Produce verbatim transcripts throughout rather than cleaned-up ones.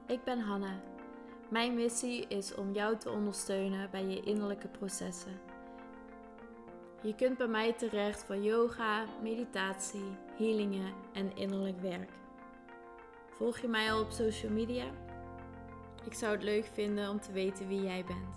Ik ben Hanna. Mijn missie is om jou te ondersteunen bij je innerlijke processen. Je kunt bij mij terecht voor yoga, meditatie, healingen en innerlijk werk. Volg je mij al op social media? Ik zou het leuk vinden om te weten wie jij bent.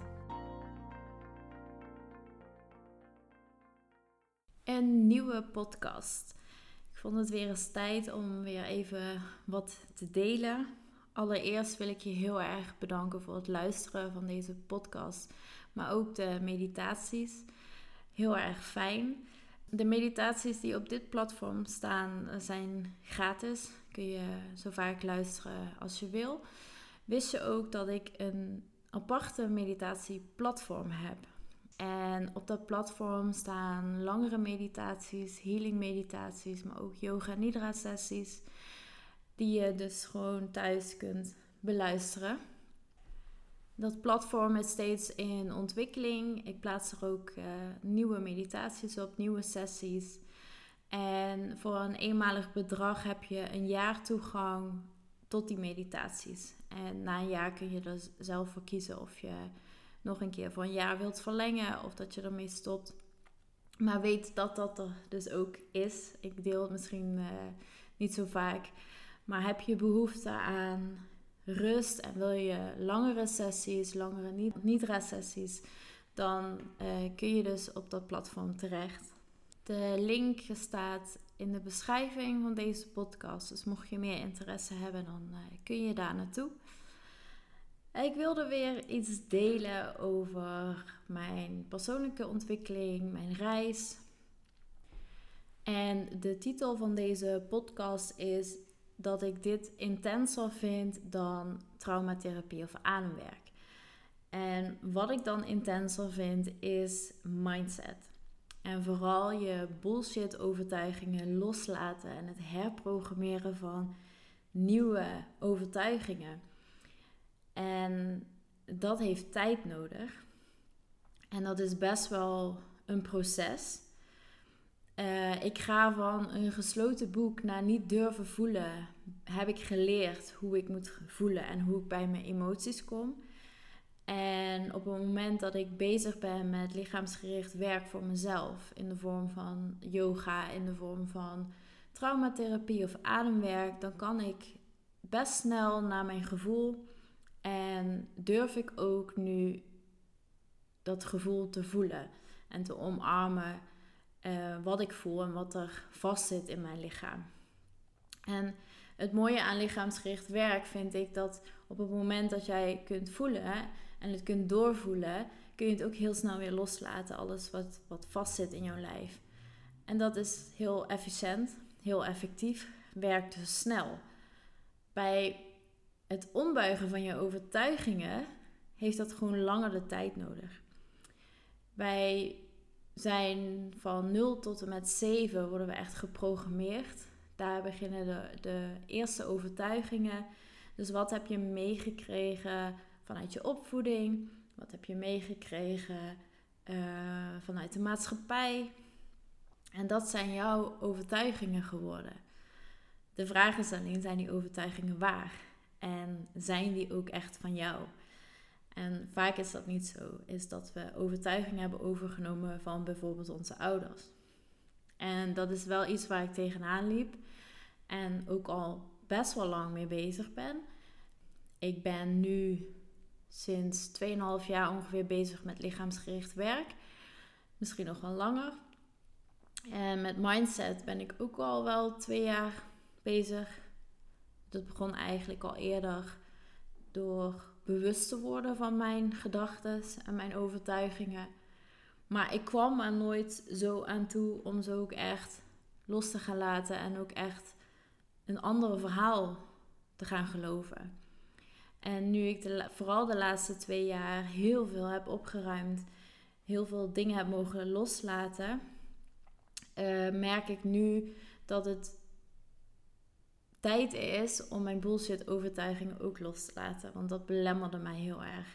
Een nieuwe podcast. Ik vond het weer eens tijd om weer even wat te delen. Allereerst wil ik je heel erg bedanken voor het luisteren van deze podcast, maar ook de meditaties. Heel erg fijn. De meditaties die op dit platform staan zijn gratis. Kun je zo vaak luisteren als je wil. Wist je ook dat ik een aparte meditatieplatform heb? En op dat platform staan langere meditaties, healing meditaties, maar ook yoga nidra sessies. Die je dus gewoon thuis kunt beluisteren. Dat platform is steeds in ontwikkeling. Ik plaats er ook uh, nieuwe meditaties op, nieuwe sessies. En voor een eenmalig bedrag heb je een jaar toegang tot die meditaties. En na een jaar kun je er zelf voor kiezen of je nog een keer voor een jaar wilt verlengen of dat je ermee stopt. Maar weet dat dat er dus ook is. Ik deel het misschien uh, niet zo vaak. Maar heb je behoefte aan rust en wil je langere sessies, langere nidra-sessies, dan uh, kun je dus op dat platform terecht. De link staat in de beschrijving van deze podcast. Dus mocht je meer interesse hebben, dan uh, kun je daar naartoe. Ik wilde weer iets delen over mijn persoonlijke ontwikkeling, mijn reis. En de titel van deze podcast is dat ik dit intenser vind dan traumatherapie of ademwerk. En wat ik dan intenser vind is mindset. En vooral je bullshit overtuigingen loslaten en het herprogrammeren van nieuwe overtuigingen. En dat heeft tijd nodig. En dat is best wel een proces. Uh, ik ga van een gesloten boek naar niet durven voelen. Heb ik geleerd hoe ik moet voelen en hoe ik bij mijn emoties kom. En op het moment dat ik bezig ben met lichaamsgericht werk voor mezelf, in de vorm van yoga, in de vorm van traumatherapie of ademwerk, dan kan ik best snel naar mijn gevoel. En durf ik ook nu dat gevoel te voelen en te omarmen. Uh, wat ik voel en wat er vastzit in mijn lichaam. En het mooie aan lichaamsgericht werk vind ik dat op het moment dat jij kunt voelen en het kunt doorvoelen, kun je het ook heel snel weer loslaten. Alles wat, wat vastzit in jouw lijf. En dat is heel efficiënt, heel effectief, werkt dus snel. Bij het ombuigen van je overtuigingen heeft dat gewoon langer de tijd nodig. Bij zijn van nul tot en met zeven worden we echt geprogrammeerd. Daar beginnen de, de eerste overtuigingen. Dus wat heb je meegekregen vanuit je opvoeding? Wat heb je meegekregen uh, vanuit de maatschappij? En dat zijn jouw overtuigingen geworden. De vraag is alleen, zijn die overtuigingen waar? En zijn die ook echt van jou? En vaak is dat niet zo. Is dat we overtuigingen hebben overgenomen van bijvoorbeeld onze ouders. En dat is wel iets waar ik tegenaan liep. En ook al best wel lang mee bezig ben. Ik ben nu sinds twee komma vijf jaar ongeveer bezig met lichaamsgericht werk. Misschien nog wel langer. En met mindset ben ik ook al wel twee jaar bezig. Dat begon eigenlijk al eerder door bewust te worden van mijn gedachten en mijn overtuigingen. Maar ik kwam er nooit zo aan toe om ze ook echt los te gaan laten en ook echt een ander verhaal te gaan geloven. En nu ik de, vooral de laatste twee jaar heel veel heb opgeruimd, heel veel dingen heb mogen loslaten, uh, merk ik nu dat het tijd is om mijn bullshit overtuigingen ook los te laten. Want dat belemmerde mij heel erg.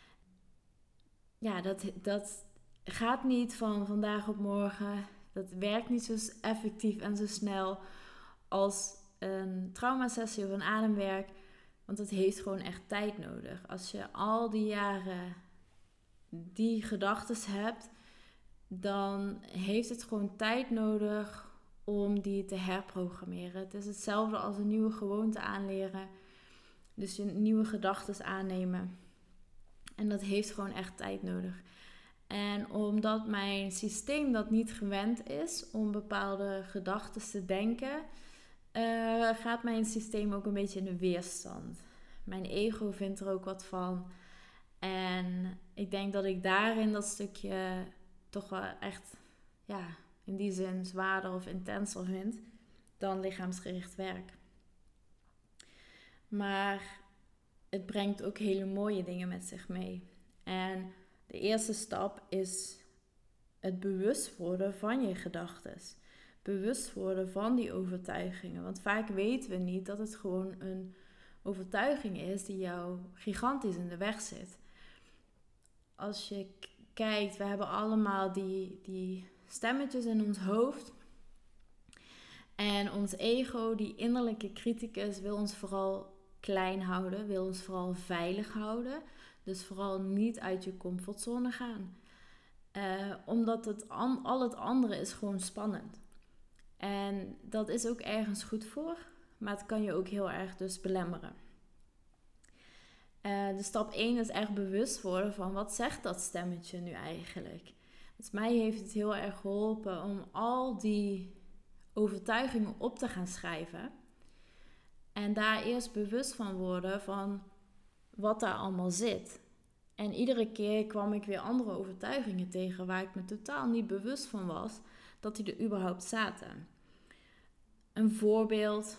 Ja, dat, dat gaat niet van vandaag op morgen. Dat werkt niet zo effectief en zo snel als een traumasessie of een ademwerk. Want het heeft gewoon echt tijd nodig. Als je al die jaren die gedachten hebt, dan heeft het gewoon tijd nodig om die te herprogrammeren. Het is hetzelfde als een nieuwe gewoonte aanleren. Dus je nieuwe gedachten aannemen. En dat heeft gewoon echt tijd nodig. En omdat mijn systeem dat niet gewend is om bepaalde gedachten te denken, uh, gaat mijn systeem ook een beetje in de weerstand. Mijn ego vindt er ook wat van. En ik denk dat ik daarin dat stukje toch wel echt, ja, in die zin zwaarder of intenser vind dan lichaamsgericht werk. Maar het brengt ook hele mooie dingen met zich mee. En de eerste stap is het bewust worden van je gedachten. Bewust worden van die overtuigingen. Want vaak weten we niet dat het gewoon een overtuiging is die jou gigantisch in de weg zit. Als je k- kijkt, we hebben allemaal die, die stemmetjes in ons hoofd. En ons ego, die innerlijke criticus, wil ons vooral klein houden, wil ons vooral veilig houden. Dus vooral niet uit je comfortzone gaan. Uh, omdat het an- al het andere is gewoon spannend. En dat is ook ergens goed voor, maar het kan je ook heel erg dus belemmeren. Uh, de stap één is echt bewust worden van wat zegt dat stemmetje nu eigenlijk. Dus mij heeft het heel erg geholpen om al die overtuigingen op te gaan schrijven. En daar eerst bewust van worden van wat daar allemaal zit. En iedere keer kwam ik weer andere overtuigingen tegen waar ik me totaal niet bewust van was dat die er überhaupt zaten. Een voorbeeld.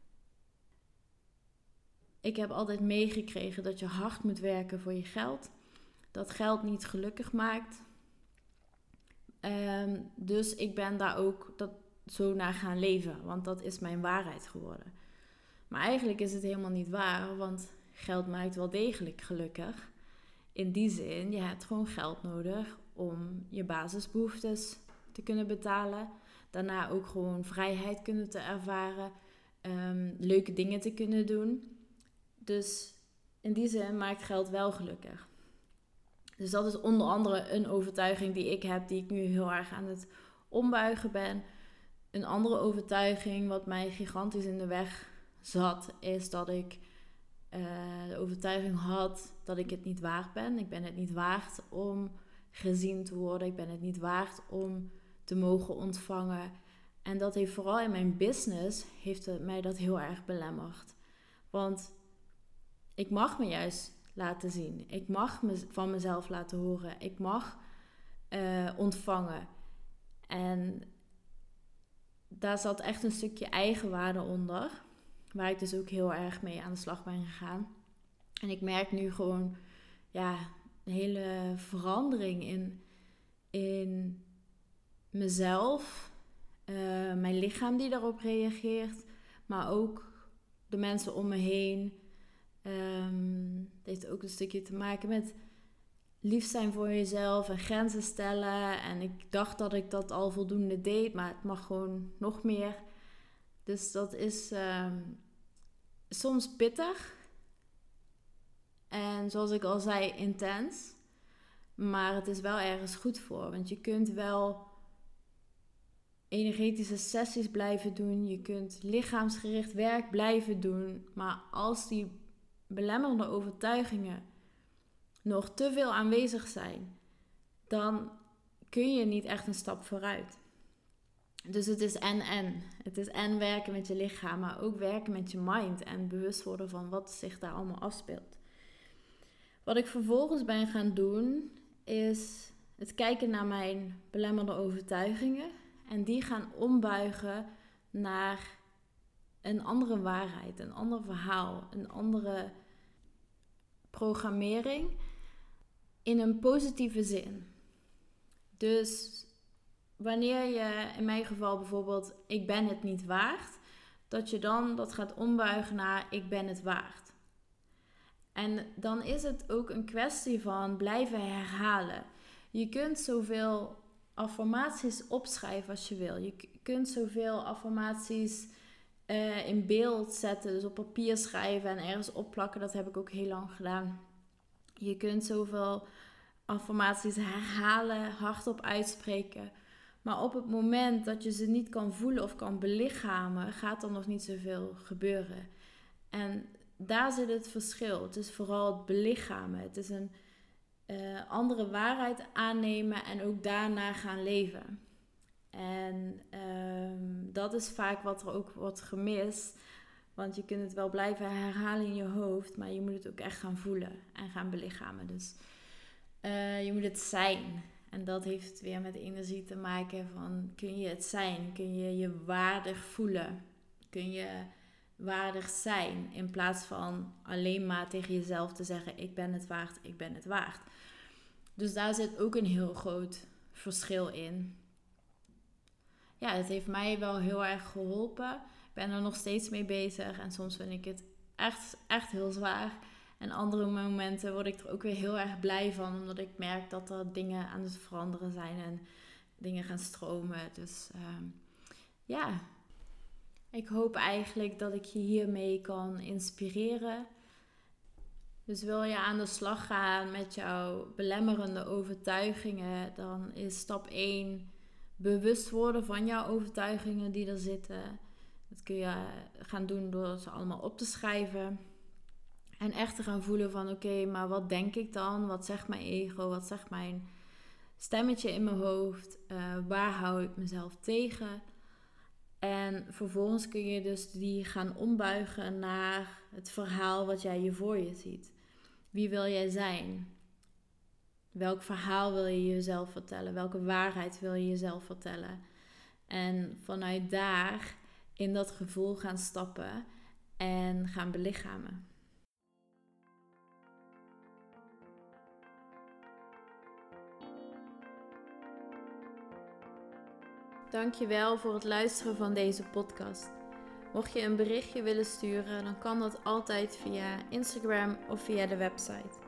Ik heb altijd meegekregen dat je hard moet werken voor je geld. Dat geld niet gelukkig maakt. Um, dus ik ben daar ook dat zo naar gaan leven, want dat is mijn waarheid geworden. Maar eigenlijk is het helemaal niet waar, want geld maakt wel degelijk gelukkig. In die zin, je hebt gewoon geld nodig om je basisbehoeftes te kunnen betalen. Daarna ook gewoon vrijheid kunnen te ervaren. Um, leuke dingen te kunnen doen. Dus in die zin maakt geld wel gelukkig. Dus dat is onder andere een overtuiging die ik heb, die ik nu heel erg aan het ombuigen ben. Een andere overtuiging wat mij gigantisch in de weg zat, is dat ik uh, de overtuiging had dat ik het niet waard ben. Ik ben het niet waard om gezien te worden. Ik ben het niet waard om te mogen ontvangen. En dat heeft vooral in mijn business, heeft het mij dat heel erg belemmerd. Want ik mag me juist laten zien. Ik mag me van mezelf laten horen. Ik mag uh, ontvangen. En daar zat echt een stukje eigenwaarde onder. Waar ik dus ook heel erg mee aan de slag ben gegaan. En ik merk nu gewoon ja, een hele verandering in, in mezelf. Uh, mijn lichaam die daarop reageert. Maar ook de mensen om me heen. Um, het heeft ook een stukje te maken met lief zijn voor jezelf en grenzen stellen. En ik dacht dat ik dat al voldoende deed, maar het mag gewoon nog meer. Dus dat is um, soms pittig. En zoals ik al zei, intens. Maar het is wel ergens goed voor. Want je kunt wel energetische sessies blijven doen. Je kunt lichaamsgericht werk blijven doen. Maar als die belemmerende overtuigingen nog te veel aanwezig zijn, dan kun je niet echt een stap vooruit. Dus het is en-en. Het is en werken met je lichaam, maar ook werken met je mind en bewust worden van wat zich daar allemaal afspeelt. Wat ik vervolgens ben gaan doen, is het kijken naar mijn belemmerende overtuigingen en die gaan ombuigen naar een andere waarheid, een ander verhaal, een andere programmering in een positieve zin. Dus wanneer je, in mijn geval bijvoorbeeld, ik ben het niet waard, dat je dan dat gaat ombuigen naar ik ben het waard. En dan is het ook een kwestie van blijven herhalen. Je kunt zoveel affirmaties opschrijven als je wil. Je kunt zoveel affirmaties uh, in beeld zetten. Dus op papier schrijven en ergens opplakken. Dat heb ik ook heel lang gedaan. Je kunt zoveel affirmaties herhalen, hardop uitspreken. Maar op het moment dat je ze niet kan voelen of kan belichamen, gaat er nog niet zoveel gebeuren. En daar zit het verschil. Het is vooral het belichamen. Het is een uh, andere waarheid aannemen en ook daarna gaan leven. En um, dat is vaak wat er ook wordt gemist. Want je kunt het wel blijven herhalen in je hoofd, maar je moet het ook echt gaan voelen en gaan belichamen. Dus uh, je moet het zijn. En dat heeft weer met energie te maken van, kun je het zijn? Kun je je waardig voelen? Kun je waardig zijn? In plaats van alleen maar tegen jezelf te zeggen, ik ben het waard, ik ben het waard. Dus daar zit ook een heel groot verschil in. Ja, het heeft mij wel heel erg geholpen. Ik ben er nog steeds mee bezig en soms vind ik het echt, echt heel zwaar. En andere momenten word ik er ook weer heel erg blij van, omdat ik merk dat er dingen aan het veranderen zijn en dingen gaan stromen. Dus um, ja, ik hoop eigenlijk dat ik je hiermee kan inspireren. Dus wil je aan de slag gaan met jouw belemmerende overtuigingen, dan is stap één bewust worden van jouw overtuigingen die er zitten. Dat kun je gaan doen door ze allemaal op te schrijven. En echt te gaan voelen van oké, okay, maar wat denk ik dan? Wat zegt mijn ego? Wat zegt mijn stemmetje in mijn hoofd? Uh, waar hou ik mezelf tegen? En vervolgens kun je dus die gaan ombuigen naar het verhaal wat jij hier voor je ziet. Wie wil jij zijn? Welk verhaal wil je jezelf vertellen? Welke waarheid wil je jezelf vertellen? En vanuit daar in dat gevoel gaan stappen en gaan belichamen. Dankjewel voor het luisteren van deze podcast. Mocht je een berichtje willen sturen, dan kan dat altijd via Instagram of via de website.